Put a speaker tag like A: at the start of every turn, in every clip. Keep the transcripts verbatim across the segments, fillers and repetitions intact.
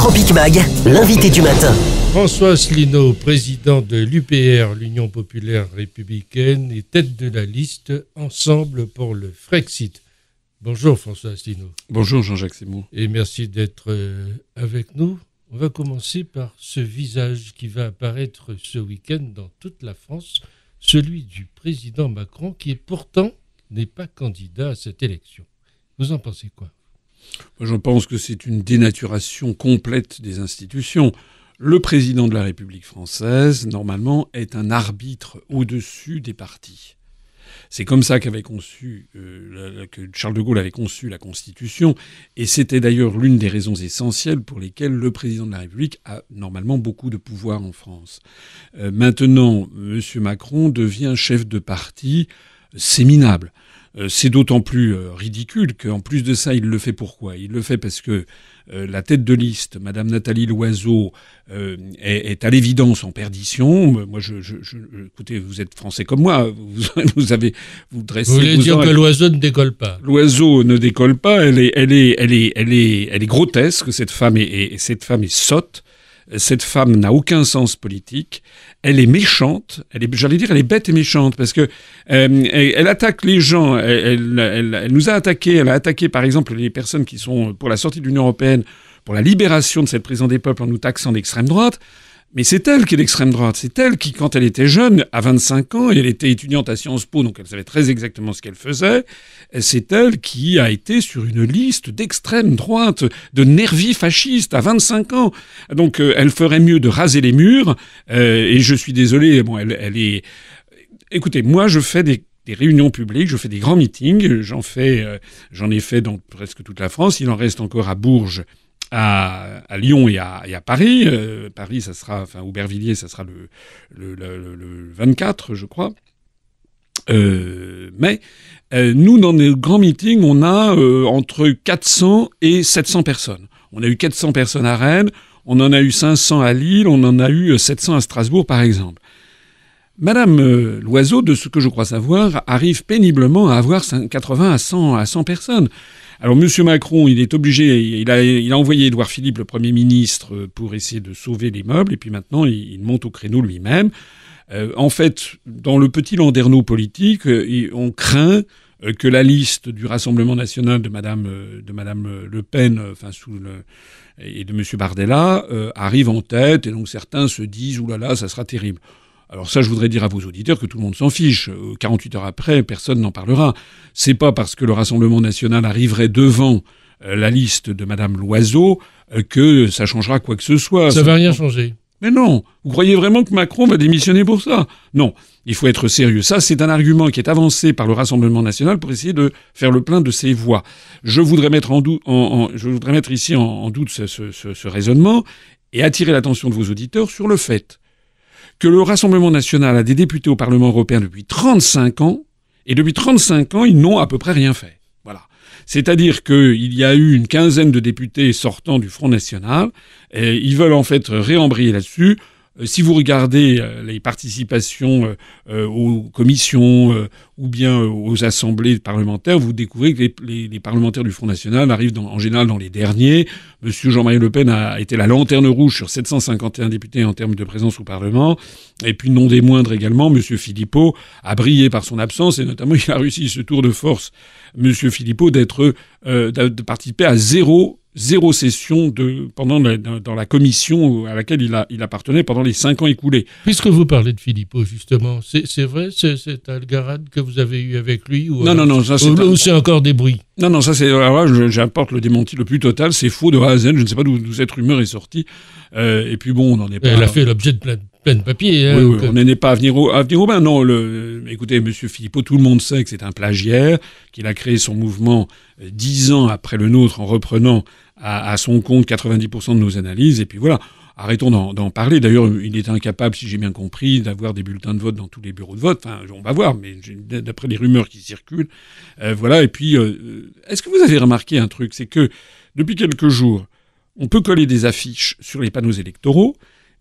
A: Tropic Mag, l'invité du matin.
B: François Asselineau, président de l'U P R, l'Union populaire républicaine, et tête de la liste Ensemble pour le Frexit. Bonjour François Asselineau.
C: Bonjour Jean-Jacques Simon.
B: Et merci d'être euh, avec nous. On va commencer par ce visage qui va apparaître ce week-end dans toute la France, celui du président Macron, qui est pourtant n'est pas candidat à cette élection. Vous en pensez quoi ?
C: Moi, je pense que c'est une dénaturation complète des institutions. Le président de la République française, normalement, est un arbitre au-dessus des partis. C'est comme ça qu'avait conçu, euh, que Charles de Gaulle avait conçu la Constitution, et c'était d'ailleurs l'une des raisons essentielles pour lesquelles le président de la République a normalement beaucoup de pouvoir en France. Euh, maintenant, M. Macron devient chef de parti, c'est minable. Euh, c'est d'autant plus euh, ridicule qu'en plus de ça, il le fait pourquoi ? Il le fait parce que euh, la tête de liste, Madame Nathalie Loiseau, euh, est, est à l'évidence en perdition. Moi, je, je, je, écoutez, vous êtes français comme moi, vous, vous avez, vous dressez.
B: Vous voulez
C: vous
B: dire
C: aurez...
B: que Loiseau ne décolle pas ?
C: Loiseau ne décolle pas. Elle est, elle est, elle est, elle est, elle est grotesque. Cette femme est, est cette femme est sotte. Cette femme n'a aucun sens politique. Elle est méchante. Elle est, j'allais dire, elle est bête et méchante parce que euh, elle, elle attaque les gens. Elle, elle, elle, elle nous a attaqué. Elle a attaqué, par exemple, les personnes qui sont pour la sortie de l'Union européenne, pour la libération de cette présidente des peuples en nous taxant d'extrême droite. Mais c'est elle qui est d'extrême droite. C'est elle qui, quand elle était jeune, à vingt-cinq ans, et elle était étudiante à Sciences Po, donc elle savait très exactement ce qu'elle faisait, c'est elle qui a été sur une liste d'extrême droite, de nervis fascistes à vingt-cinq ans. Donc euh, elle ferait mieux de raser les murs, euh, et je suis désolé, bon, elle, elle est... Écoutez, moi je fais des... des réunions publiques, je fais des grands meetings, j'en fais, euh, j'en ai fait dans presque toute la France, il en reste encore à Bourges, À, à Lyon et à, et à Paris. Euh, Paris, ça sera, enfin, Aubervilliers, ça sera le, le, le, le vingt-quatre, je crois. Euh, mais euh, nous, dans nos grands meetings, on a euh, entre quatre cents et sept cents personnes. On a eu quatre cents personnes à Rennes, on en a eu cinq cents à Lille, on en a eu sept cents à Strasbourg, par exemple. Madame euh, Loiseau, de ce que je crois savoir, arrive péniblement à avoir quatre-vingts à cent, à cent personnes. Alors, M. Macron, il est obligé, il a, il a envoyé Édouard Philippe, le Premier ministre, pour essayer de sauver les meubles, et puis maintenant, il, il monte au créneau lui-même. Euh, en fait, dans le petit landerneau politique, on craint que la liste du Rassemblement national de Madame, de Madame Le Pen, enfin, sous le, et de M. Bardella, euh, arrive en tête, et donc certains se disent « Ouh là là, ça sera terrible ». Alors ça, je voudrais dire à vos auditeurs que tout le monde s'en fiche. quarante-huit heures après, personne n'en parlera. C'est pas parce que le Rassemblement national arriverait devant euh, la liste de Madame Loiseau euh, que ça changera quoi que ce soit.
B: Ça ne va rien changer.
C: Mais non. Vous croyez vraiment que Macron va démissionner pour ça ? Non. Il faut être sérieux. Ça, c'est un argument qui est avancé par le Rassemblement national pour essayer de faire le plein de ses voix. Je voudrais mettre, en doute, en, en, je voudrais mettre ici en, en doute ce, ce, ce, ce raisonnement et attirer l'attention de vos auditeurs sur le fait que le Rassemblement national a des députés au Parlement européen depuis trente-cinq ans, et depuis trente-cinq ans, ils n'ont à peu près rien fait. Voilà. C'est-à-dire qu'il y a eu une quinzaine de députés sortant du Front National, et ils veulent en fait réembrayer là-dessus. Si vous regardez les participations aux commissions ou bien aux assemblées parlementaires, vous découvrez que les, les, les parlementaires du Front National arrivent dans, en général dans les derniers. Monsieur Jean-Marie Le Pen a été la lanterne rouge sur sept cent cinquante et un députés en termes de présence au Parlement. Et puis, non des moindres également, Monsieur Philippot a brillé par son absence et notamment il a réussi ce tour de force, Monsieur Philippot, d'être, euh, de participer à zéro Zéro session de, pendant la, dans la commission à laquelle il, a, il appartenait pendant les cinq ans écoulés.
B: Puisque vous parlez de Philippot, justement, c'est, c'est vrai, c'est, cette algarade que vous avez eue avec lui ou
C: Non, alors, non, non. Ça, c'est
B: ou, un... ou c'est encore des bruits?
C: Non, non, ça c'est... Alors là, j'apporte le démenti le plus total. C'est faux de A à Z. Je ne sais pas d'où, d'où cette rumeur est sortie. Euh, et puis bon, on n'en est pas...
B: Elle a fait l'objet de plein de, plein de papiers. Hein,
C: oui, oui,
B: que...
C: on n'en est pas à venir au, à venir au bain. Non, le, écoutez, M. Philippot, tout le monde sait que c'est un plagiaire, qu'il a créé son mouvement euh, dix ans après le nôtre en reprenant à, à son compte quatre-vingt-dix pour cent de nos analyses. Et puis voilà, arrêtons d'en, d'en parler. D'ailleurs, il est incapable, si j'ai bien compris, d'avoir des bulletins de vote dans tous les bureaux de vote. Enfin, on va voir, mais d'après les rumeurs qui circulent, euh, voilà. Et puis, euh, est-ce que vous avez remarqué un truc ? C'est que depuis quelques jours, on peut coller des affiches sur les panneaux électoraux,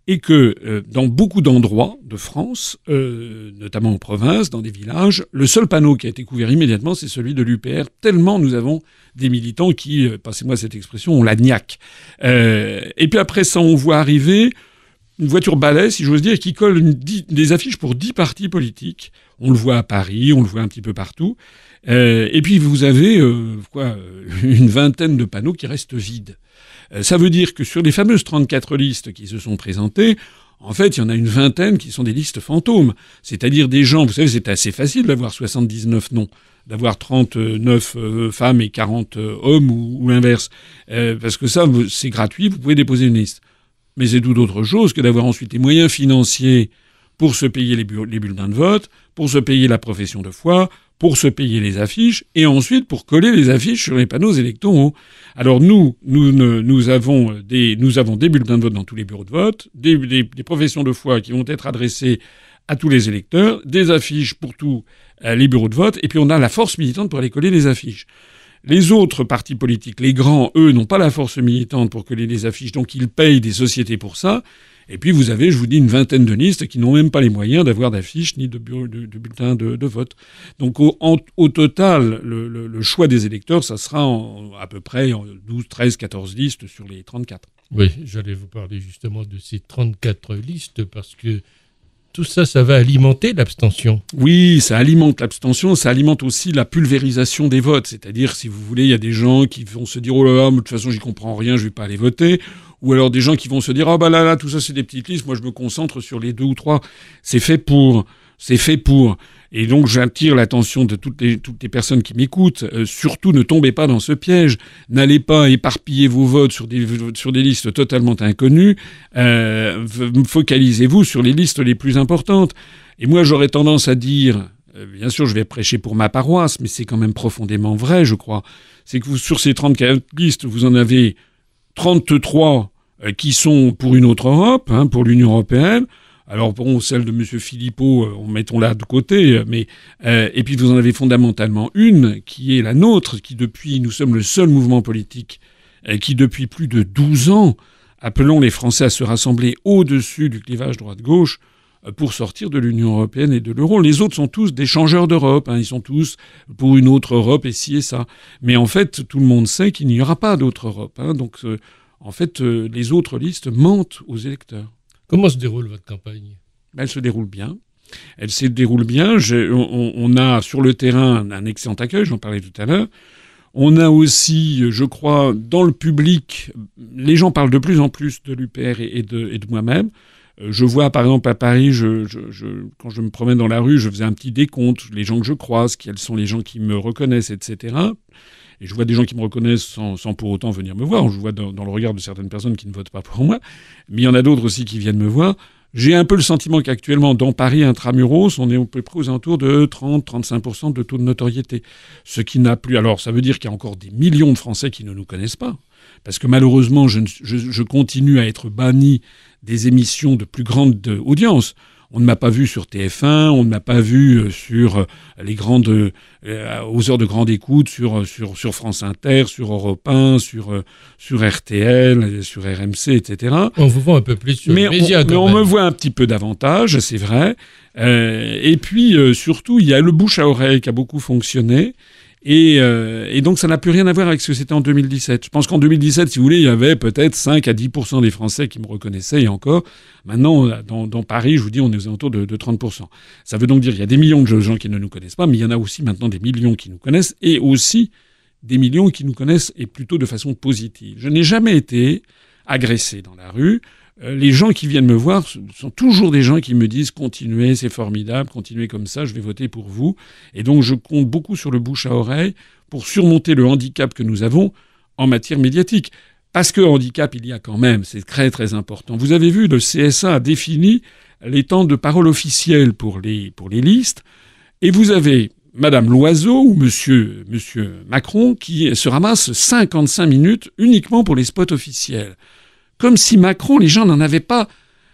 C: et que euh, dans beaucoup d'endroits de France, euh, notamment en province, dans des villages, le seul panneau qui a été couvert immédiatement, c'est celui de l'U P R, tellement nous avons des militants qui, euh, passez-moi cette expression, ont la niaque. Euh, et puis après ça, on voit arriver une voiture balai, si j'ose dire, qui colle une, dix, des affiches pour dix partis politiques. On le voit à Paris, on le voit un petit peu partout. Euh, et puis vous avez euh, quoi, une vingtaine de panneaux qui restent vides. Euh, ça veut dire que sur les fameuses trente-quatre listes qui se sont présentées, en fait, il y en a une vingtaine qui sont des listes fantômes. C'est-à-dire des gens, vous savez, c'est assez facile d'avoir soixante-dix-neuf noms, d'avoir trente-neuf euh, femmes et quarante euh, hommes ou, ou l'inverse. Euh, parce que ça, c'est gratuit, vous pouvez déposer une liste. Mais c'est tout autre chose que d'avoir ensuite les moyens financiers pour se payer les, bu- les bulletins de vote, pour se payer la profession de foi, pour se payer les affiches, et ensuite pour coller les affiches sur les panneaux électoraux. Alors nous, nous, nous, avons, des, nous avons des bulletins de vote dans tous les bureaux de vote, des, des, des professions de foi qui vont être adressées à tous les électeurs, des affiches pour tous euh, les bureaux de vote, et puis on a la force militante pour aller coller les affiches. Les autres partis politiques, les grands, eux, n'ont pas la force militante pour coller les affiches, donc ils payent des sociétés pour ça. Et puis vous avez, je vous dis, une vingtaine de listes qui n'ont même pas les moyens d'avoir d'affiches ni de, bureau, de, de bulletins de, de vote. Donc au, en, au total, le, le, le choix des électeurs, ça sera en, à peu près en douze, treize, quatorze listes sur les trente-quatre.
B: Oui, j'allais vous parler justement de ces trente-quatre listes parce que tout ça, ça va alimenter l'abstention.
C: Oui, ça alimente l'abstention, ça alimente aussi la pulvérisation des votes. C'est-à-dire, si vous voulez, il y a des gens qui vont se dire « Oh là là, de toute façon, j'y comprends rien, je vais pas aller voter ». Ou alors des gens qui vont se dire « Ah bah là là, tout ça, c'est des petites listes, moi je me concentre sur les deux ou trois. » C'est fait pour, c'est fait pour. Et donc, j'attire l'attention de toutes les, toutes les personnes qui m'écoutent. Euh, surtout, ne tombez pas dans ce piège. N'allez pas éparpiller vos votes sur des, sur des listes totalement inconnues. Euh, focalisez-vous sur les listes les plus importantes. Et moi, j'aurais tendance à dire, euh, bien sûr, je vais prêcher pour ma paroisse, mais c'est quand même profondément vrai, je crois. C'est que vous, sur ces trente-quatre listes, vous en avez trente-trois euh, qui sont pour une autre Europe, hein, pour l'Union européenne. Alors bon, celle de M. Philippot, euh, mettons-la de côté, mais euh, et puis vous en avez fondamentalement une qui est la nôtre, qui depuis, nous sommes le seul mouvement politique euh, qui depuis plus de douze ans appelons les Français à se rassembler au-dessus du clivage droite-gauche euh, pour sortir de l'Union européenne et de l'euro. Les autres sont tous des changeurs d'Europe, hein, ils sont tous pour une autre Europe et ci et ça. Mais en fait, tout le monde sait qu'il n'y aura pas d'autre Europe. Hein, donc euh, en fait, euh, les autres listes mentent aux électeurs.
B: Comment se déroule votre campagne ?
C: Elle se déroule bien. Elle se déroule bien. Je, on, on a sur le terrain un excellent accueil, j'en parlais tout à l'heure. On a aussi, je crois, dans le public, les gens parlent de plus en plus de l'U P R et, et, de, et de moi-même. Je vois, par exemple, à Paris, je, je, je, quand je me promène dans la rue, je faisais un petit décompte, les gens que je croise, quels sont les gens qui me reconnaissent, et cetera. Et je vois des gens qui me reconnaissent sans, sans pour autant venir me voir. Je vois dans, dans le regard de certaines personnes qui ne votent pas pour moi. Mais il y en a d'autres aussi qui viennent me voir. J'ai un peu le sentiment qu'actuellement, dans Paris intramuros, on est à peu près aux alentours de trente à trente-cinq pour cent de taux de notoriété. Ce qui n'a plus... Alors, ça veut dire qu'il y a encore des millions de Français qui ne nous connaissent pas. Parce que malheureusement, je, je, je continue à être banni des émissions de plus grande audience. On ne m'a pas vu sur T F un, on ne m'a pas vu sur les grandes, euh, aux heures de grande écoute, sur, sur, sur France Inter, sur Europe un, sur, sur R T L, sur R M C, et cetera.
B: On vous voit un peu plus sur
C: mais
B: les médias.
C: On, mais on me voit un petit peu davantage, c'est vrai. Euh, et puis, euh, surtout, il y a le bouche à oreille qui a beaucoup fonctionné. Et, euh, et donc, ça n'a plus rien à voir avec ce que c'était en deux mille dix-sept. Je pense qu'en deux mille dix-sept, si vous voulez, il y avait peut-être cinq à dix pour cent des Français qui me reconnaissaient, et encore. Maintenant, dans, dans Paris, je vous dis, on est aux alentours de, de trente pour cent. Ça veut donc dire qu'il y a des millions de gens qui ne nous connaissent pas, mais il y en a aussi maintenant des millions qui nous connaissent, et aussi des millions qui nous connaissent, et plutôt de façon positive. Je n'ai jamais été agressé dans la rue. Les gens qui viennent me voir sont toujours des gens qui me disent « Continuez, c'est formidable, continuez comme ça, je vais voter pour vous ». Et donc je compte beaucoup sur le bouche à oreille pour surmonter le handicap que nous avons en matière médiatique. Parce que handicap, il y a quand même, c'est très très important. Vous avez vu, le C S A a défini les temps de parole officiels pour les, pour les listes. Et vous avez Madame Loiseau ou Monsieur, Monsieur Macron qui se ramassent cinquante-cinq minutes uniquement pour les spots officiels. Comme si Macron, les gens n'en avaient pas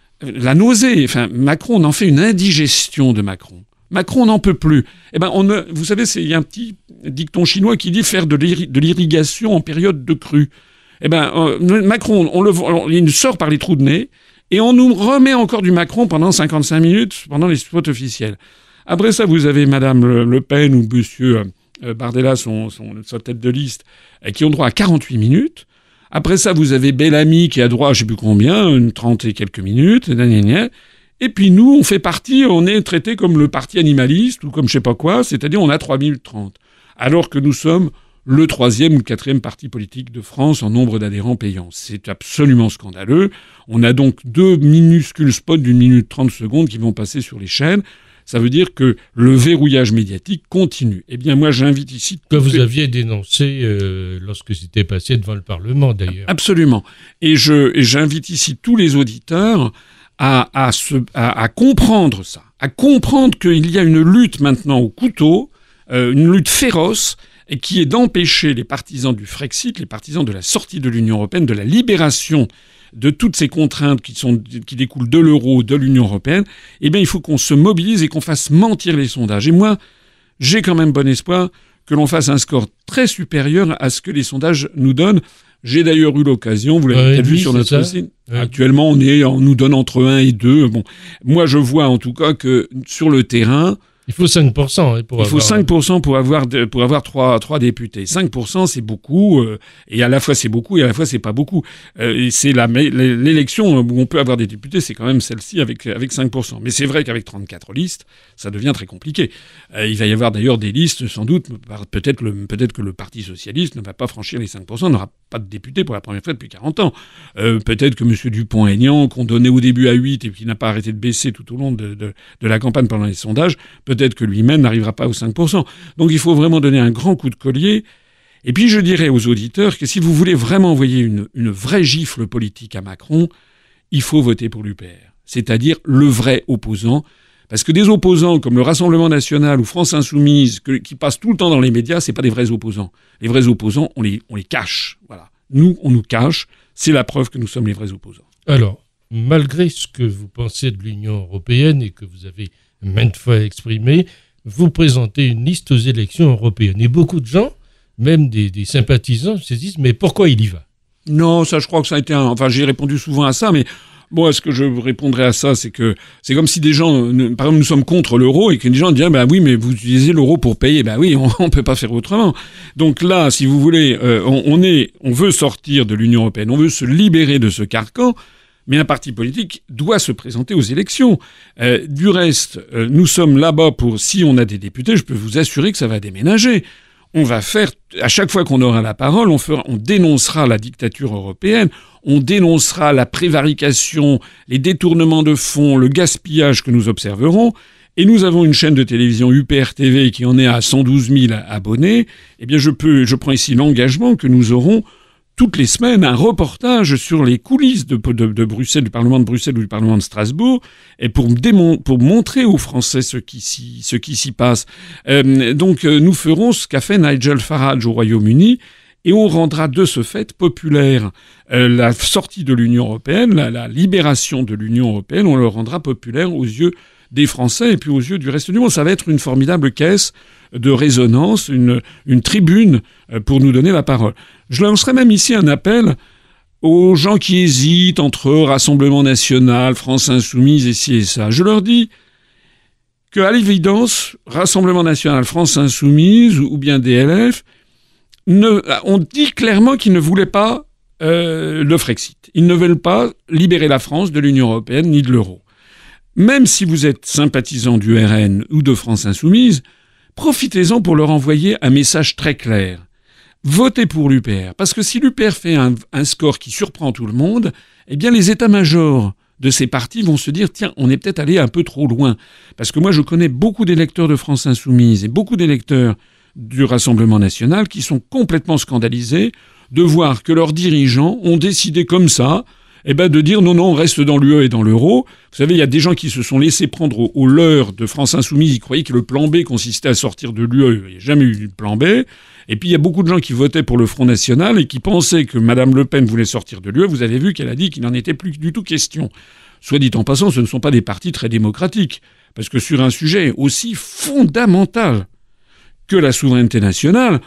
C: la nausée. Enfin, Macron, on en fait une indigestion de Macron. Macron n'en peut plus. Eh ben, on ne, vous savez, il y a un petit dicton chinois qui dit faire de l'irrigation en période de crue. Eh ben, euh, Macron, on le, on, il sort par les trous de nez Et on nous remet encore du Macron pendant cinquante-cinq minutes, pendant les spots officiels. Après ça, vous avez Madame Le Pen ou Monsieur Bardella, son, son, sa tête de liste, qui ont droit à quarante-huit minutes. Après ça, vous avez Bellamy qui a droit à je sais plus combien, une trente et quelques minutes. Gna gna gna. Et puis nous, on fait partie, on est traité comme le parti animaliste ou comme je sais pas quoi, c'est-à-dire on a trois minutes trente. Alors que nous sommes le troisième ou le quatrième parti politique de France en nombre d'adhérents payants. C'est absolument scandaleux. On a donc deux minuscules spots d'une minute trente secondes qui vont passer sur les chaînes. Ça veut dire que le verrouillage médiatique continue. Eh bien, moi, j'invite ici...
B: Que vous aviez dénoncé euh, lorsque c'était passé devant le Parlement, d'ailleurs.
C: Absolument. Et, je, et j'invite ici tous les auditeurs à, à, se, à, à comprendre ça, à comprendre qu'il y a une lutte maintenant au couteau, euh, une lutte féroce, et qui est d'empêcher les partisans du Frexit, les partisans de la sortie de l'Union européenne, de la libération de toutes ces contraintes qui, sont, qui découlent de l'euro, de l'Union européenne. Eh bien, il faut qu'on se mobilise et qu'on fasse mentir les sondages. Et moi, j'ai quand même bon espoir que l'on fasse un score très supérieur à ce que les sondages nous donnent. J'ai d'ailleurs eu l'occasion, vous l'avez ouais, peut-être vu sur notre site, ouais. Actuellement on, est, on nous donne entre un et deux. Bon, moi je vois en tout cas que sur le terrain...
B: Il faut cinq pour cent hein, pour
C: Il
B: avoir...
C: faut cinq pour cent pour avoir, pour avoir trois, trois députés. cinq pour cent c'est beaucoup, euh, et à la fois c'est beaucoup et à la fois c'est pas beaucoup. Euh, et c'est la, l'élection où on peut avoir des députés, c'est quand même celle-ci avec, avec cinq pour cent. Mais c'est vrai qu'avec trente-quatre listes, ça devient très compliqué. Euh, il va y avoir d'ailleurs des listes, sans doute, peut-être, le, peut-être que le Parti Socialiste ne va pas franchir les cinq pour cent, n'aura pas de députés pour la première fois depuis quarante ans. Euh, peut-être que M. Dupont-Aignan, qu'on donnait au début à huit et qui n'a pas arrêté de baisser tout au long de, de, de la campagne pendant les sondages, peut-être que lui-même n'arrivera pas aux cinq pour cent. Donc il faut vraiment donner un grand coup de collier. Et puis je dirais aux auditeurs que si vous voulez vraiment envoyer une, une vraie gifle politique à Macron, il faut voter pour l'U P R. C'est-à-dire le vrai opposant. Parce que des opposants comme le Rassemblement National ou France Insoumise, que, qui passent tout le temps dans les médias, c'est pas des vrais opposants. Les vrais opposants, on les, on les cache. Voilà. Nous, on nous cache. C'est la preuve que nous sommes les vrais opposants.
B: Alors, malgré ce que vous pensez de l'Union européenne et que vous avez maintes fois exprimé, vous présentez une liste aux élections européennes. Et beaucoup de gens, même des, des sympathisants, se disent « mais pourquoi il y va ?»
C: Non, ça je crois que ça a été un... Enfin, j'ai répondu souvent à ça, mais moi, ce que je répondrais à ça, c'est que c'est comme si des gens... Par exemple, nous sommes contre l'euro et que des gens disent « bah oui, mais vous utilisez l'euro pour payer. » Ben oui, on ne peut pas faire autrement. Donc là, si vous voulez, euh, on, on, est, on veut sortir de l'Union européenne, on veut se libérer de ce carcan. Mais un parti politique doit se présenter aux élections. Euh, du reste, euh, nous sommes là-bas pour... Si on a des députés, je peux vous assurer que ça va déménager. On va faire... À chaque fois qu'on aura la parole, on, fera, on dénoncera la dictature européenne, on dénoncera la prévarication, les détournements de fonds, le gaspillage que nous observerons. Et nous avons une chaîne de télévision U P R T V qui en est à cent douze mille abonnés. Eh bien, je, peux, je prends ici l'engagement que nous aurons toutes les semaines, un reportage sur les coulisses de, de, de Bruxelles, du Parlement de Bruxelles ou du Parlement de Strasbourg, et pour, démon- pour montrer aux Français ce qui s'y, ce qui s'y passe. Euh, donc, euh, nous ferons ce qu'a fait Nigel Farage au Royaume-Uni, et on rendra de ce fait populaire euh, la sortie de l'Union européenne, la, la libération de l'Union européenne, on le rendra populaire aux yeux des Français et puis aux yeux du reste du monde. Ça va être une formidable caisse de résonance, une, une tribune pour nous donner la parole. Je lancerai même ici un appel aux gens qui hésitent entre Rassemblement National, France Insoumise et ci et ça. Je leur dis qu'à l'évidence, Rassemblement National, France Insoumise ou bien D L F, ne, on dit clairement qu'ils ne voulaient pas euh, le Frexit. Ils ne veulent pas libérer la France de l'Union européenne ni de l'euro. Même si vous êtes sympathisant du R N ou de France Insoumise, profitez-en pour leur envoyer un message très clair. Votez pour l'U P R. Parce que si l'U P R fait un, un score qui surprend tout le monde, eh bien les états-majors de ces partis vont se dire « Tiens, on est peut-être allé un peu trop loin. » Parce que moi, je connais beaucoup d'électeurs de France Insoumise et beaucoup d'électeurs du Rassemblement National qui sont complètement scandalisés de voir que leurs dirigeants ont décidé comme ça eh ben de dire non, non, on reste dans l'U E et dans l'euro. Vous savez, il y a des gens qui se sont laissés prendre au, au leurre de France Insoumise. Ils croyaient que le plan B consistait à sortir de l'U E. Il n'y a jamais eu de plan B. Et puis, il y a beaucoup de gens qui votaient pour le Front National et qui pensaient que Mme Le Pen voulait sortir de l'U E. Vous avez vu qu'elle a dit qu'il n'en était plus du tout question. Soit dit en passant, ce ne sont pas des partis très démocratiques. Parce que sur un sujet aussi fondamental que la souveraineté nationale,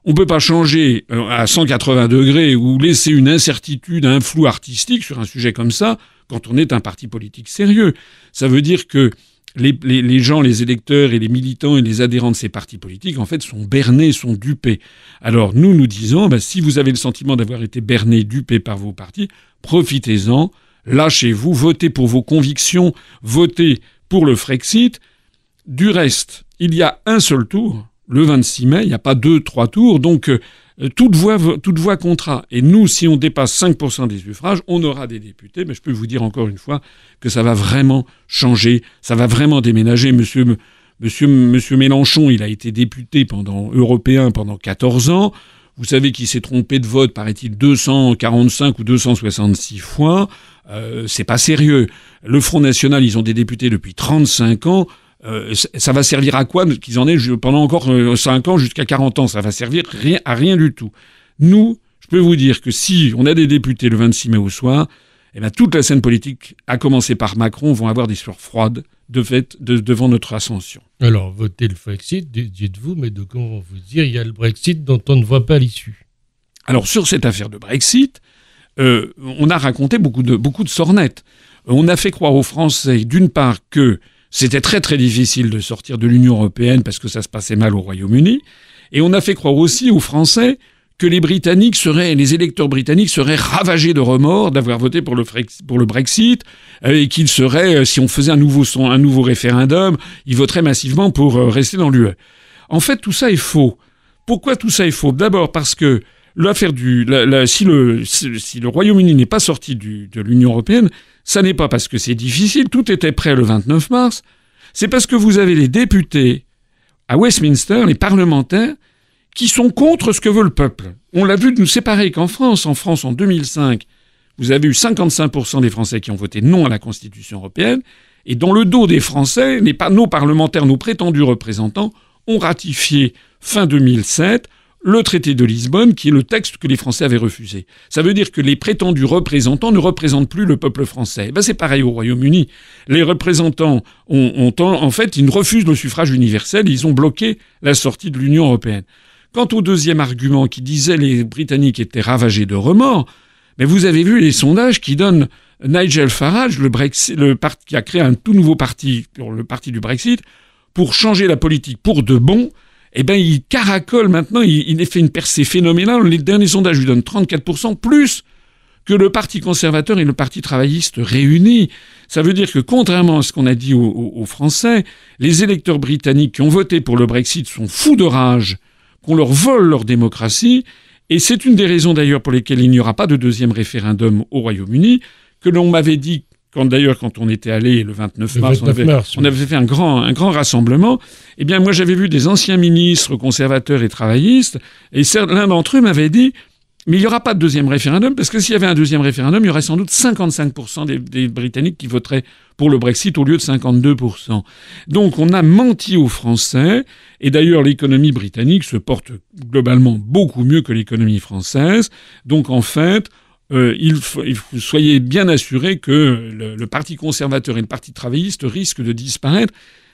C: On ne peut pas changer à cent quatre-vingts degrés ou laisser une incertitude, un flou artistique sur un sujet comme ça quand on est un parti politique sérieux. Ça veut dire que les, les, les gens, les électeurs et les militants et les adhérents de ces partis politiques, en fait, sont bernés, sont dupés. Alors nous, nous disons, ben, si vous avez le sentiment d'avoir été berné, dupé par vos partis, profitez-en, lâchez-vous, votez pour vos convictions, votez pour le Frexit. Du reste, il y a un seul tour, le vingt-six mai, il n'y a pas deux, trois tours, donc euh, toute voix, toute voix comptera. Et nous, si on dépasse cinq pour cent des suffrages, on aura des députés, mais je peux vous dire encore une fois que ça va vraiment changer, ça va vraiment déménager. Monsieur, monsieur, monsieur Mélenchon, il a été député pendant européen pendant quatorze ans. Vous savez qu'il s'est trompé de vote, paraît-il, deux cent quarante-cinq ou deux cent soixante-six fois. Euh, c'est pas sérieux. Le Front National, ils ont des députés depuis trente-cinq ans. Euh, ça va servir à quoi qu'ils en aient pendant encore cinq ans jusqu'à quarante ans? Ça va servir rien, à rien du tout. Nous, je peux vous dire que si on a des députés le vingt-six mai au soir, eh bien, toute la scène politique, à commencer par Macron, vont avoir des sueurs froides de fait de, devant notre ascension.
B: Alors, votez le Frexit, dites-vous, mais de comment vous dire, il y a le Brexit dont on ne voit pas l'issue.
C: Alors, sur cette affaire de Brexit, euh, on a raconté beaucoup de, beaucoup de sornettes. On a fait croire aux Français, d'une part, que c'était très très difficile de sortir de l'Union européenne parce que ça se passait mal au Royaume-Uni. Et on a fait croire aussi aux Français que les Britanniques seraient, les électeurs britanniques seraient ravagés de remords d'avoir voté pour le, pour le Brexit et qu'ils seraient, si on faisait un nouveau, un nouveau référendum, ils voteraient massivement pour rester dans l'U E. En fait, tout ça est faux. Pourquoi tout ça est faux? D'abord parce que l'affaire du, la, la, si le, si le Royaume-Uni n'est pas sorti du, de l'Union européenne, ça n'est pas parce que c'est difficile, tout était prêt le vingt-neuf mars, c'est parce que vous avez les députés à Westminster, les parlementaires, qui sont contre ce que veut le peuple. On l'a vu de nous séparer qu'en France, en France en deux mille cinq, vous avez eu cinquante-cinq pour cent des Français qui ont voté non à la Constitution européenne, et dans le dos des Français, les, nos parlementaires, nos prétendus représentants, ont ratifié fin deux mille sept le traité de Lisbonne, qui est le texte que les Français avaient refusé. Ça veut dire que les prétendus représentants ne représentent plus le peuple français. Ben c'est pareil au Royaume-Uni. Les représentants, ont, ont, en fait, ils refusent le suffrage universel, ils ont bloqué la sortie de l'Union européenne. Quant au deuxième argument qui disait les Britanniques étaient ravagés de remords, ben vous avez vu les sondages qui donnent Nigel Farage, le Brexit, le parti qui a créé un tout nouveau parti, le parti du Brexit, pour changer la politique pour de bon. Eh bien, il caracole maintenant, il, il fait une percée phénoménale. Les derniers sondages lui donnent trente-quatre pour cent plus que le Parti conservateur et le Parti travailliste réunis. Ça veut dire que, contrairement à ce qu'on a dit aux, aux, aux Français, les électeurs britanniques qui ont voté pour le Brexit sont fous de rage qu'on leur vole leur démocratie. Et c'est une des raisons d'ailleurs pour lesquelles il n'y aura pas de deuxième référendum au Royaume-Uni, que l'on m'avait dit, quand d'ailleurs quand on était allé le vingt-neuf mars, on avait, mars, oui. on avait fait un grand, un grand rassemblement. Eh bien, moi, j'avais vu des anciens ministres conservateurs et travaillistes, et l'un d'entre eux m'avait dit, mais il n'y aura pas de deuxième référendum, parce que s'il y avait un deuxième référendum, il y aurait sans doute cinquante-cinq pour cent des, des Britanniques qui voteraient pour le Brexit au lieu de cinquante-deux pour cent. Donc, on a menti aux Français, et d'ailleurs, l'économie britannique se porte globalement beaucoup mieux que l'économie française. Donc, en fait, Euh, il faut, il faut soyez bien assurés que le, le Parti conservateur et le Parti travailliste risquent de disparaître.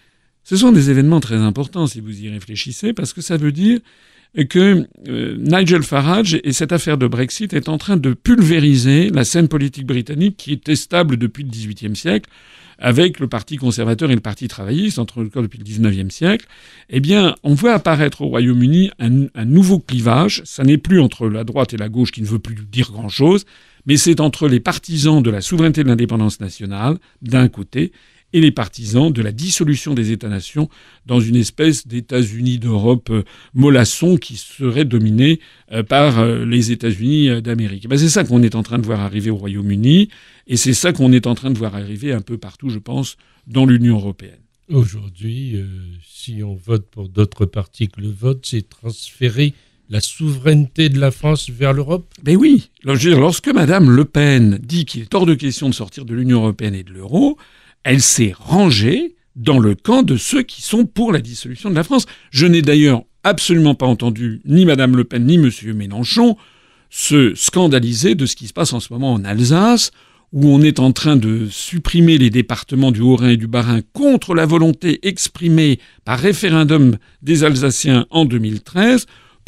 C: Ce sont des événements très importants si vous y réfléchissez, parce que ça veut dire que euh, Nigel Farage et cette affaire de Brexit est en train de pulvériser la scène politique britannique qui était stable depuis le dix-huitième siècle, avec le Parti conservateur et le Parti travailliste, entre encore depuis le dix-neuvième siècle. Eh bien, on voit apparaître au Royaume-Uni un, un nouveau clivage. Ça n'est plus entre la droite et la gauche qui ne veut plus dire grand-chose, mais c'est entre les partisans de la souveraineté et de l'indépendance nationale, d'un côté, et les partisans de la dissolution des États-nations dans une espèce d'États-Unis d'Europe euh, mollasson qui serait dominé euh, par euh, les États-Unis euh, d'Amérique. Ben, c'est ça qu'on est en train de voir arriver au Royaume-Uni, et c'est ça qu'on est en train de voir arriver un peu partout, je pense, dans l'Union européenne.
B: Aujourd'hui, euh, si on vote pour d'autres partis que le vote, c'est transférer la souveraineté de la France vers l'Europe ?
C: Ben oui. Alors, je veux dire, lorsque Mme Le Pen dit qu'il est hors de question de sortir de l'Union européenne et de l'euro, elle s'est rangée dans le camp de ceux qui sont pour la dissolution de la France. Je n'ai d'ailleurs absolument pas entendu ni Mme Le Pen ni M. Mélenchon se scandaliser de ce qui se passe en ce moment en Alsace, où on est en train de supprimer les départements du Haut-Rhin et du Bas-Rhin contre la volonté exprimée par référendum des Alsaciens en deux mille treize,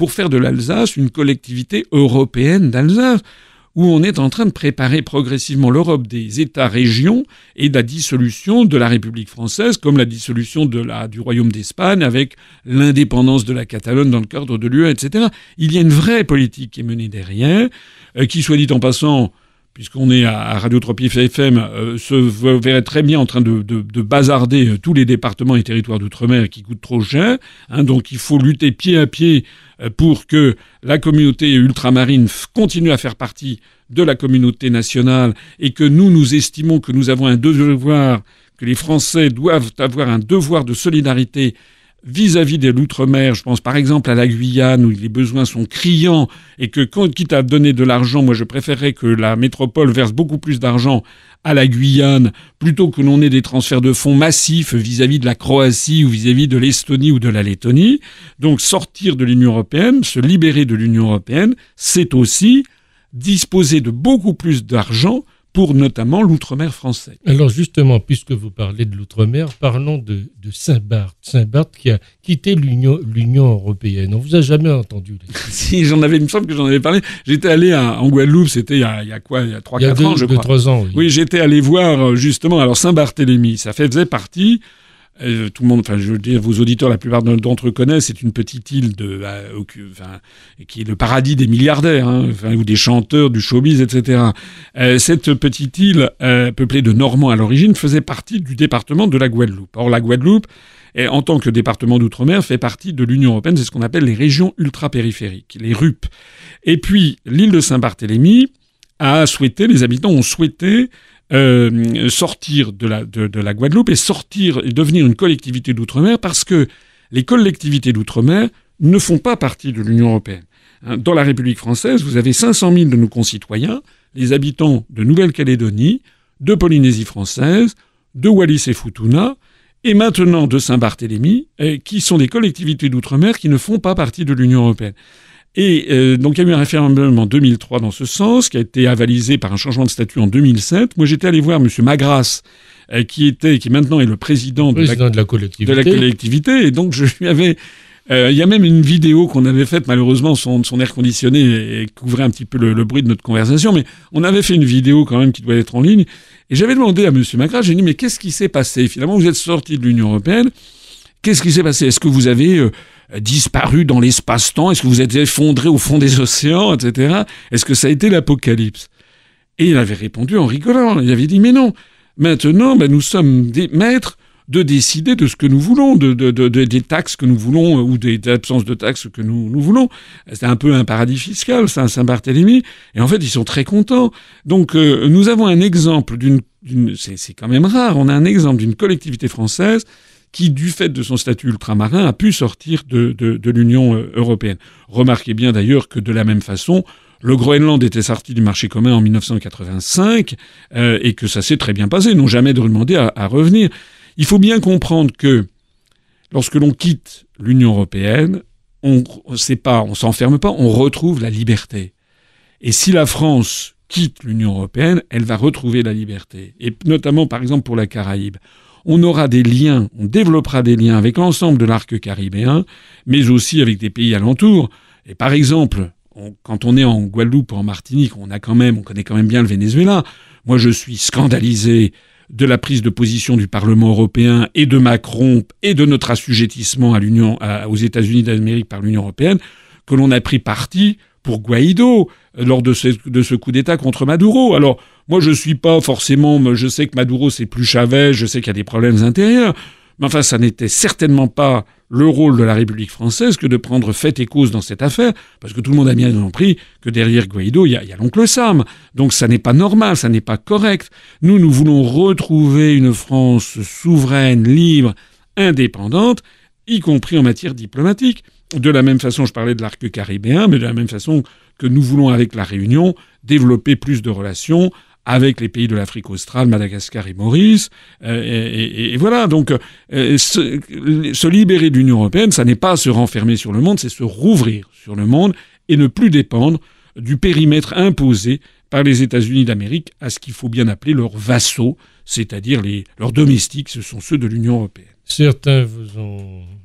C: pour faire de l'Alsace une collectivité européenne d'Alsace, où on est en train de préparer progressivement l'Europe des États-régions et la dissolution de la République française, comme la dissolution de la, du Royaume d'Espagne, avec l'indépendance de la Catalogne dans le cadre de l'U E, et cetera. Il y a une vraie politique qui est menée derrière, euh, qui, soit dit en passant, puisqu'on est à Radiotropie F M, euh, se verrait très bien en train de, de, de bazarder euh, tous les départements et territoires d'outre-mer qui coûtent trop cher. Hein, donc il faut lutter pied à pied euh, pour que la communauté ultramarine f- continue à faire partie de la communauté nationale et que nous, nous estimons que nous avons un devoir, que les Français doivent avoir un devoir de solidarité vis-à-vis de l'outre-mer. Je pense par exemple à la Guyane où les besoins sont criants et que, quitte à donner de l'argent, moi je préférerais que la métropole verse beaucoup plus d'argent à la Guyane plutôt que l'on ait des transferts de fonds massifs vis-à-vis de la Croatie ou vis-à-vis de l'Estonie ou de la Lettonie. Donc sortir de l'Union européenne, se libérer de l'Union européenne, c'est aussi disposer de beaucoup plus d'argent pour notamment l'outre-mer français.
B: Alors justement, puisque vous parlez de l'outre-mer, parlons de, de Saint-Barth. Saint-Barth qui a quitté l'Union, l'Union européenne. On vous a jamais entendu là-dessus.
C: Si, j'en avais, il me semble que j'en avais parlé. J'étais allé à, en Guadeloupe, c'était il y a, il y a quoi, il y a trois quatre ans, je
B: deux,
C: crois.
B: trois ans, oui.
C: Oui, j'étais allé voir justement, alors Saint-Barthélemy, ça faisait partie... Euh, tout le monde, enfin, je veux dire, vos auditeurs, la plupart d'entre eux connaissent, c'est une petite île de, euh, enfin, qui est le paradis des milliardaires, hein, enfin, ou des chanteurs, du showbiz, et cetera. Euh, cette petite île, euh, peuplée de Normands à l'origine, faisait partie du département de la Guadeloupe. Or, la Guadeloupe, et en tant que département d'outre-mer, fait partie de l'Union européenne, c'est ce qu'on appelle les régions ultra-périphériques, les R U P. Et puis, l'île de Saint-Barthélemy a souhaité, les habitants ont souhaité Euh, sortir de la, de, de la Guadeloupe et sortir et devenir une collectivité d'outre-mer parce que les collectivités d'outre-mer ne font pas partie de l'Union européenne. Dans la République française, vous avez cinq cent mille de nos concitoyens, les habitants de Nouvelle-Calédonie, de Polynésie française, de Wallis et Futuna, et maintenant de Saint-Barthélemy, qui sont des collectivités d'outre-mer qui ne font pas partie de l'Union européenne. Et euh, donc il y a eu un référendum en deux mille trois dans ce sens, qui a été avalisé par un changement de statut en deux mille sept. Moi j'étais allé voir M. Magras, euh, qui était, qui maintenant est le président,
B: président
C: de, la,
B: de, la collectivité.
C: de la collectivité. Et donc je lui avais... Euh, il y a même une vidéo qu'on avait faite, malheureusement son, son air conditionné et couvrait un petit peu le, le bruit de notre conversation, mais on avait fait une vidéo quand même qui doit être en ligne. Et j'avais demandé à M. Magras, j'ai dit mais qu'est-ce qui s'est passé? Finalement vous êtes sorti de l'Union européenne, qu'est-ce qui s'est passé? Est-ce que vous avez... Euh, disparu dans l'espace-temps? Est-ce que vous êtes effondré au fond des océans, et cetera? Est-ce que ça a été l'apocalypse? Et il avait répondu en rigolant. Il avait dit, mais non, maintenant, ben, nous sommes des maîtres de décider de ce que nous voulons, de, de, de, de, des taxes que nous voulons, ou des, des absences de taxes que nous, nous voulons. C'est un peu un paradis fiscal, ça, Saint-Barthélemy. Et en fait, ils sont très contents. Donc, euh, nous avons un exemple d'une... d'une c'est, c'est quand même rare, on a un exemple d'une collectivité française qui, du fait de son statut ultramarin, a pu sortir de, de, de l'Union européenne. Remarquez bien d'ailleurs que de la même façon, le Groenland était sorti du marché commun en dix-neuf cent quatre-vingt-cinq euh, et que ça s'est très bien passé. Ils n'ont jamais demandé à, à revenir. Il faut bien comprendre que lorsque l'on quitte l'Union européenne, on c'est pas, on s'enferme pas, on retrouve la liberté. Et si la France quitte l'Union européenne, elle va retrouver la liberté. Et notamment, par exemple, pour la Caraïbe. On aura des liens, on développera des liens avec l'ensemble de l'arc caribéen, mais aussi avec des pays alentours. Et par exemple, on, quand on est en Guadeloupe ou en Martinique, on a quand même, on connaît quand même bien le Venezuela. Moi, je suis scandalisé de la prise de position du Parlement européen et de Macron et de notre assujettissement à l'Union, à, aux États-Unis d'Amérique par l'Union européenne, que l'on a pris parti pour Guaido lors de ce, de ce coup d'État contre Maduro. Alors, moi, je suis pas forcément... Je sais que Maduro, c'est plus Chavez, je sais qu'il y a des problèmes intérieurs, mais enfin, ça n'était certainement pas le rôle de la République française que de prendre fait et cause dans cette affaire, parce que tout le monde a bien compris que derrière Guaido, il y a, il y a l'oncle Sam. Donc, ça n'est pas normal, ça n'est pas correct. Nous, nous voulons retrouver une France souveraine, libre, indépendante, y compris en matière diplomatique. De la même façon, je parlais de l'arc caribéen, mais de la même façon que nous voulons, avec la Réunion, développer plus de relations avec les pays de l'Afrique australe, Madagascar et Maurice. Euh, et, et, et voilà, donc euh, se, se libérer de l'Union européenne, ça n'est pas se renfermer sur le monde, c'est se rouvrir sur le monde et ne plus dépendre du périmètre imposé par les États-Unis d'Amérique à ce qu'il faut bien appeler leurs vassaux, c'est-à-dire les, leurs domestiques, ce sont ceux de l'Union européenne.
B: Certains vous ont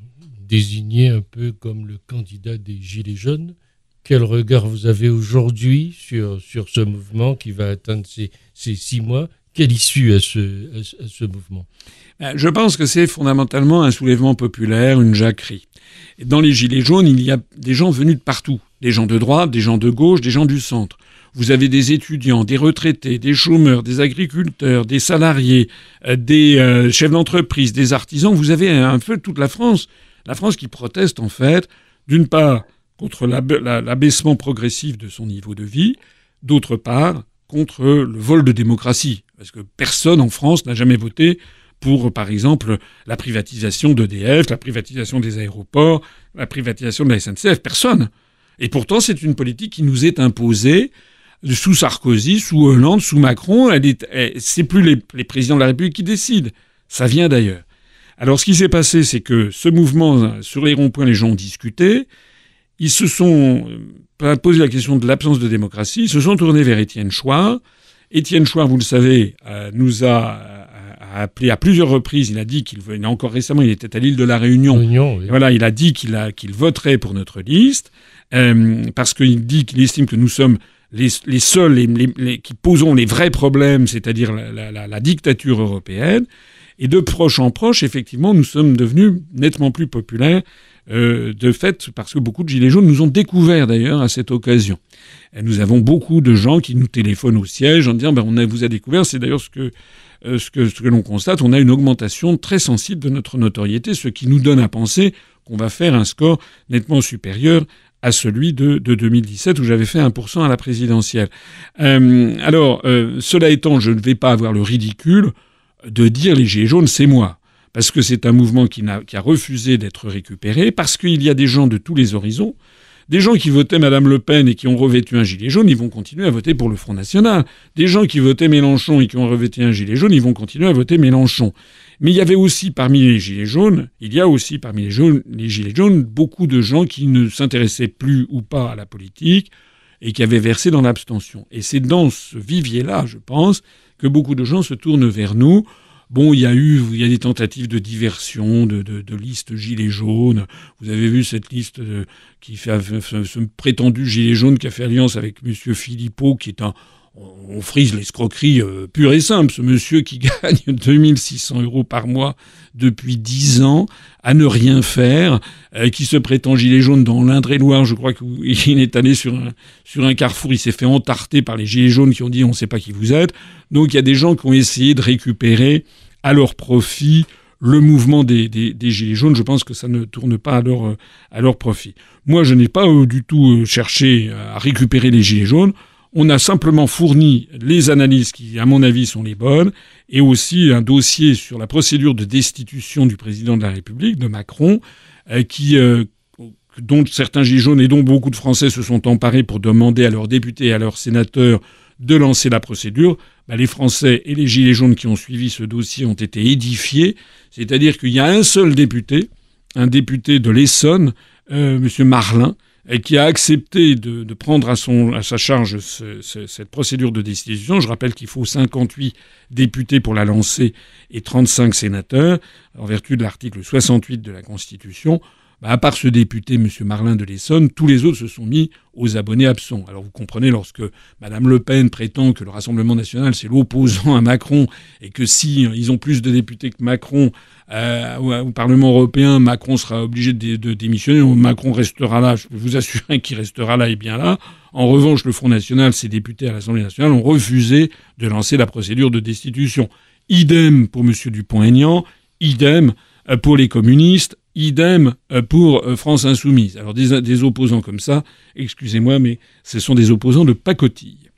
B: désigné un peu comme le candidat des Gilets jaunes. Quel regard vous avez aujourd'hui sur, sur ce mouvement qui va atteindre ses, ses six mois? Quelle issue à ce, à, à ce mouvement?
C: Je pense que c'est fondamentalement un soulèvement populaire, une jacquerie. Dans les Gilets jaunes, il y a des gens venus de partout. Des gens de droite, des gens de gauche, des gens du centre. Vous avez des étudiants, des retraités, des chômeurs, des agriculteurs, des salariés, euh, des euh, chefs d'entreprise, des artisans. Vous avez un peu toute la France. La France qui proteste, en fait, d'une part, contre l'ab- la, l'abaissement progressif de son niveau de vie, d'autre part, contre le vol de démocratie. Parce que personne en France n'a jamais voté pour, par exemple, la privatisation d'E D F, la privatisation des aéroports, la privatisation de la S N C F. Personne. Et pourtant, c'est une politique qui nous est imposée sous Sarkozy, sous Hollande, sous Macron. Elle est, elle, c'est plus les, les présidents de la République qui décident. Ça vient d'ailleurs. Alors, ce qui s'est passé, c'est que ce mouvement, sur les ronds-points, les gens ont discuté. Ils se sont posé la question de l'absence de démocratie. Ils se sont tournés vers Étienne Chouard. Étienne Chouard, vous le savez, euh, nous a, a appelé à plusieurs reprises. Il a dit qu'il venait encore récemment, il était à l'île de la Réunion.
B: Réunion oui.
C: Voilà, il a dit qu'il, a, qu'il voterait pour notre liste euh, parce qu'il dit qu'il estime que nous sommes les, les seuls les, les, les, qui posons les vrais problèmes, c'est-à-dire la, la, la, la dictature européenne. Et de proche en proche, effectivement, nous sommes devenus nettement plus populaires euh, de fait, parce que beaucoup de Gilets jaunes nous ont découvert d'ailleurs à cette occasion. Et nous avons beaucoup de gens qui nous téléphonent au siège en disant ben, « on a, vous a découvert ». C'est d'ailleurs ce que, euh, ce, que, ce que l'on constate. On a une augmentation très sensible de notre notoriété, ce qui nous donne à penser qu'on va faire un score nettement supérieur à celui de, de deux mille dix-sept où j'avais fait un pour cent à la présidentielle. Euh, alors, euh, cela étant, je ne vais pas avoir le ridicule de dire les Gilets jaunes, c'est moi. Parce que c'est un mouvement qui, n'a, qui a refusé d'être récupéré, parce qu'il y a des gens de tous les horizons, des gens qui votaient Mme Le Pen et qui ont revêtu un gilet jaune, ils vont continuer à voter pour le Front National. Des gens qui votaient Mélenchon et qui ont revêtu un gilet jaune, ils vont continuer à voter Mélenchon. Mais il y avait aussi parmi les gilets jaunes, il y a aussi parmi les, jaunes, les gilets jaunes beaucoup de gens qui ne s'intéressaient plus ou pas à la politique et qui avaient versé dans l'abstention. Et c'est dans ce vivier-là, je pense, que beaucoup de gens se tournent vers nous. Bon, il y a eu, il y a des tentatives de diversion, de, de, de listes gilets jaunes. Vous avez vu cette liste de, qui fait ce, ce prétendu gilet jaune qui a fait alliance avec Monsieur Philippot, qui est un, on frise l'escroquerie euh, pure et simple. Ce monsieur qui gagne deux mille six cents euros par mois depuis dix ans à ne rien faire, euh, qui se prétend gilet jaune dans l'Indre-et-Loire. Je crois qu'il est allé sur un, sur un carrefour, il s'est fait entarter par les gilets jaunes qui ont dit on ne sait pas qui vous êtes. Donc il y a des gens qui ont essayé de récupérer à leur profit le mouvement des, des, des gilets jaunes. Je pense que ça ne tourne pas à leur, à leur profit. Moi, je n'ai pas euh, du tout euh, cherché à récupérer les gilets jaunes. On a simplement fourni les analyses qui, à mon avis, sont les bonnes, et aussi un dossier sur la procédure de destitution du président de la République, de Macron, euh, qui, euh, dont certains gilets jaunes et dont beaucoup de Français se sont emparés pour demander à leurs députés et à leurs sénateurs de lancer la procédure. Bah, les Français et les gilets jaunes qui ont suivi ce dossier ont été édifiés. C'est-à-dire qu'il y a un seul député, un député de l'Essonne, euh, M. Marlin, qui a accepté de, de prendre à, son, à sa charge ce, ce, cette procédure de destitution. Je rappelle qu'il faut cinquante-huit députés pour la lancer et trente-cinq sénateurs, en vertu de l'article soixante-huit de la Constitution. Bah, à part ce député, M. Marlin de l'Essonne, tous les autres se sont mis aux abonnés absents. Alors vous comprenez, lorsque Mme Le Pen prétend que le Rassemblement national, c'est l'opposant à Macron, et que si ils ont plus de députés que Macron euh, au, au Parlement européen, Macron sera obligé de, de démissionner, Macron restera là, je peux vous assurer qu'il restera là et bien là. En revanche, le Front National, ses députés à l'Assemblée nationale ont refusé de lancer la procédure de destitution. Idem pour M. Dupont-Aignan, idem pour les communistes, idem pour France Insoumise. Alors des, des opposants comme ça, excusez-moi, mais ce sont des opposants de pacotille.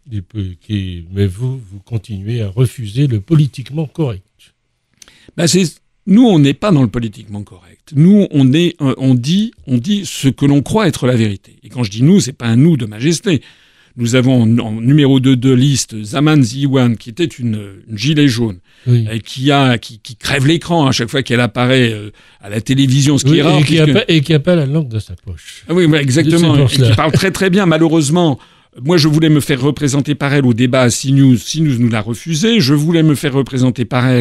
B: Mais vous, vous continuez à refuser le politiquement correct.
C: Ben c'est, nous, on n'est pas dans le politiquement correct. Nous, on, est, on, dit, on dit ce que l'on croit être la vérité. Et quand je dis nous, c'est pas un nous de majesté. Nous avons en, en numéro deux de liste Zaman Ziwan, qui était une, une gilet jaune, oui. euh, qui, a, qui, qui crève l'écran à chaque fois qu'elle apparaît euh, à la télévision, ce qui
B: oui,
C: est rare.
B: Et qui n'a puisque... pas, pas la langue dans sa poche.
C: Ah oui, ouais, exactement. Et qui parle très très bien. Malheureusement, moi je voulais me faire représenter par elle au débat à CNews. CNews nous l'a refusé. Je voulais me faire représenter par elle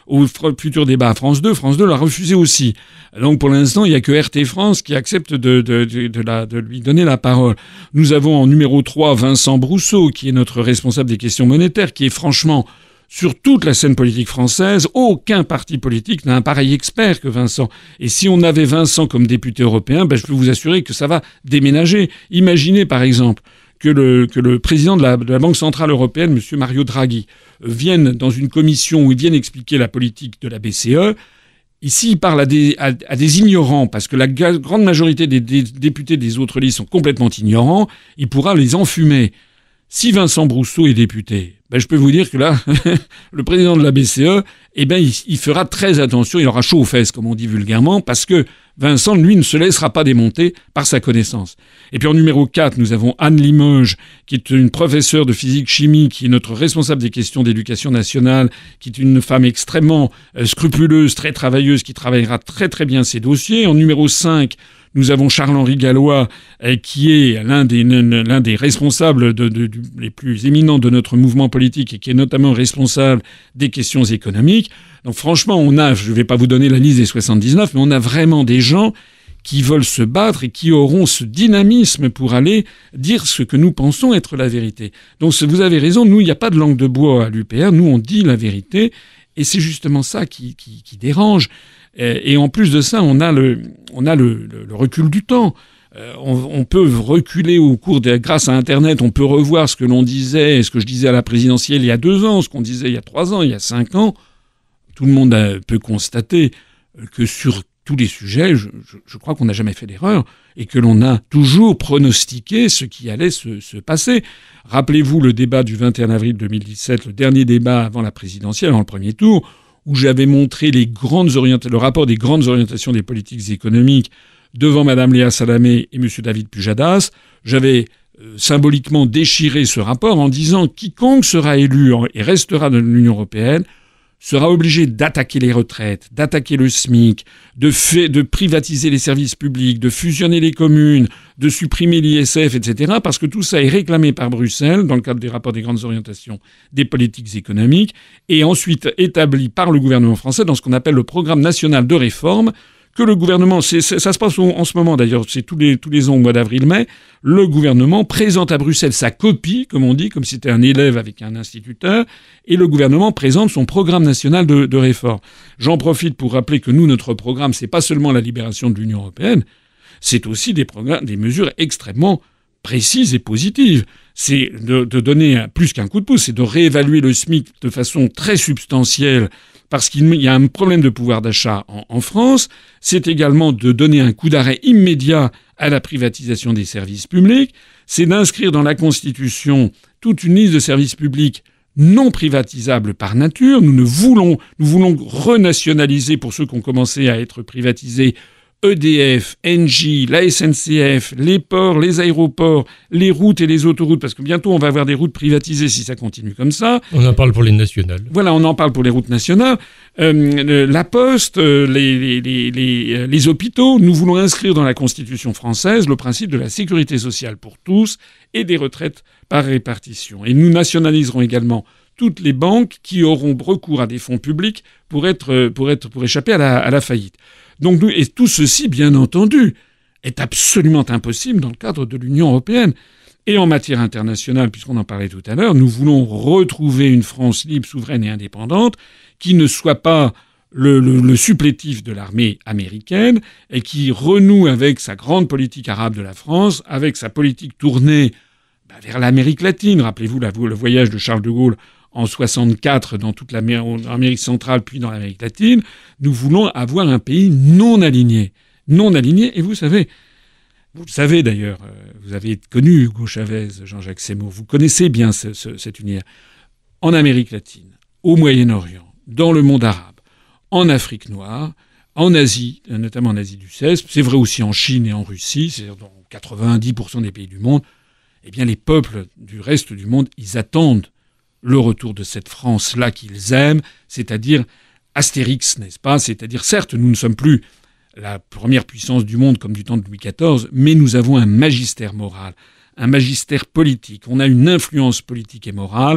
C: au futur débat à France deux. France deux l'a refusé aussi. Donc pour l'instant, il n'y a que R T France qui accepte de, de, de, de, la, de lui donner la parole. Nous avons en numéro trois Vincent Brousseau, qui est notre responsable des questions monétaires, qui est franchement... Sur toute la scène politique française, aucun parti politique n'a un pareil expert que Vincent. Et si on avait Vincent comme député européen, ben je peux vous assurer que ça va déménager. Imaginez par exemple que le, que le président de la, de la Banque Centrale Européenne, M. Mario Draghi, vienne dans une commission où il vienne expliquer la politique de la B C E. Ici, il parle à des, à, à des ignorants, parce que la grande majorité des, des députés des autres listes sont complètement ignorants. Il pourra les enfumer. Si Vincent Brousseau est député, ben je peux vous dire que là, le président de la B C E, eh ben il, il fera très attention, il aura chaud aux fesses, comme on dit vulgairement, parce que Vincent, lui, ne se laissera pas démonter par sa connaissance. Et puis en numéro quatre, nous avons Anne Limoges, qui est une professeure de physique-chimie, qui est notre responsable des questions d'éducation nationale, qui est une femme extrêmement euh, scrupuleuse, très travailleuse, qui travaillera très très bien ses dossiers. En numéro cinq, nous avons Charles-Henri Gallois, euh, qui est l'un des, l'un des responsables de, de, de, les plus éminents de notre mouvement politique et qui est notamment responsable des questions économiques. Donc franchement, on a, je ne vais pas vous donner la liste des soixante-dix-neuf, mais on a vraiment des gens qui veulent se battre et qui auront ce dynamisme pour aller dire ce que nous pensons être la vérité. Donc vous avez raison, nous, il n'y a pas de langue de bois à l'U P R, nous, on dit la vérité, et c'est justement ça qui, qui, qui dérange. Et en plus de ça, on a le, on a le, le, le recul du temps. Euh, on, on peut reculer au cours de, grâce à Internet, on peut revoir ce que l'on disait, ce que je disais à la présidentielle il y a deux ans, ce qu'on disait il y a trois ans, il y a cinq ans. Tout le monde a, peut constater que sur tous les sujets, je, je, je crois qu'on n'a jamais fait d'erreur et que l'on a toujours pronostiqué ce qui allait se, se passer. Rappelez-vous le débat du vingt et un avril deux mille dix-sept, le dernier débat avant la présidentielle, avant le premier tour, où j'avais montré les grandes orienta- le rapport des grandes orientations des politiques économiques devant Mme Léa Salamé et M. David Pujadas. J'avais euh, symboliquement déchiré ce rapport en disant « Quiconque sera élu et restera dans l'Union européenne sera obligé d'attaquer les retraites, d'attaquer le SMIC, de, fait, de privatiser les services publics, de fusionner les communes, de supprimer l'I S F, et cetera, parce que tout ça est réclamé par Bruxelles dans le cadre des rapports des grandes orientations des politiques économiques, et ensuite établi par le gouvernement français dans ce qu'on appelle le programme national de réforme, que le gouvernement, c'est, c'est, ça se passe en ce moment d'ailleurs, c'est tous les, tous les ans au mois d'avril-mai, le gouvernement présente à Bruxelles sa copie, comme on dit, comme si c'était un élève avec un instituteur, et le gouvernement présente son programme national de, de réforme. J'en profite pour rappeler que nous, notre programme, c'est pas seulement la libération de l'Union européenne, c'est aussi des, programmes, des mesures extrêmement précises et positives. C'est de, de donner plus qu'un coup de pouce, c'est de réévaluer le SMIC de façon très substantielle, parce qu'il y a un problème de pouvoir d'achat en, en France. C'est également de donner un coup d'arrêt immédiat à la privatisation des services publics. C'est d'inscrire dans la Constitution toute une liste de services publics non privatisables par nature. Nous ne voulons, nous voulons renationaliser, pour ceux qui ont commencé à être privatisés, E D F, Engie, la S N C F, les ports, les aéroports, les routes et les autoroutes, parce que bientôt on va avoir des routes privatisées si ça continue comme ça.
B: On en parle pour les nationales.
C: Voilà, on en parle pour les routes nationales. Euh, la poste, les, les, les, les, les hôpitaux. Nous voulons inscrire dans la Constitution française le principe de la sécurité sociale pour tous et des retraites par répartition. Et nous nationaliserons également toutes les banques qui auront recours à des fonds publics pour être, pour être, pour échapper à la, à la faillite. Donc, nous, et tout ceci, bien entendu, est absolument impossible dans le cadre de l'Union européenne. Et en matière internationale, puisqu'on en parlait tout à l'heure, nous voulons retrouver une France libre, souveraine et indépendante qui ne soit pas le, le, le supplétif de l'armée américaine et qui renoue avec sa grande politique arabe de la France, avec sa politique tournée bah, vers l'Amérique latine. Rappelez-vous la, le voyage de Charles de Gaulle en soixante-quatre dans toute l'Amérique centrale, puis dans l'Amérique latine. Nous voulons avoir un pays non aligné. Non aligné, et vous savez, vous le savez d'ailleurs, vous avez connu Hugo Chavez, Jean-Jacques Seymour, vous connaissez bien ce, ce, cet univers. En Amérique latine, au Moyen-Orient, dans le monde arabe, en Afrique noire, en Asie, notamment en Asie du Sud-Est, c'est vrai aussi en Chine et en Russie, c'est dans quatre-vingt-dix pour cent des pays du monde, eh bien les peuples du reste du monde, ils attendent le retour de cette France-là qu'ils aiment, c'est-à-dire Astérix, n'est-ce pas ? C'est-à-dire, certes, nous ne sommes plus la première puissance du monde comme du temps de Louis quatorze, mais nous avons un magistère moral, un magistère politique. On a une influence politique et morale.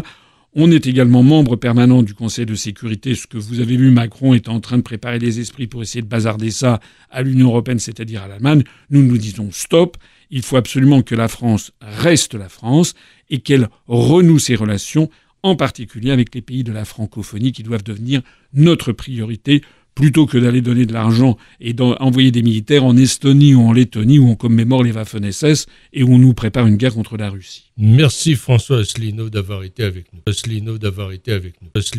C: On est également membre permanent du Conseil de sécurité. Ce que vous avez vu, Macron est en train de préparer les esprits pour essayer de bazarder ça à l'Union européenne, c'est-à-dire à l'Allemagne. Nous nous disons stop. Il faut absolument que la France reste la France et qu'elle renoue ses relations, en particulier avec les pays de la francophonie qui doivent devenir notre priorité, plutôt que d'aller donner de l'argent et d'envoyer des militaires en Estonie ou en Lettonie où on commémore les Waffen-S S et où on nous prépare une guerre contre la Russie.
B: Merci François Asselineau d'avoir été avec nous. Asselineau d'avoir été avec nous.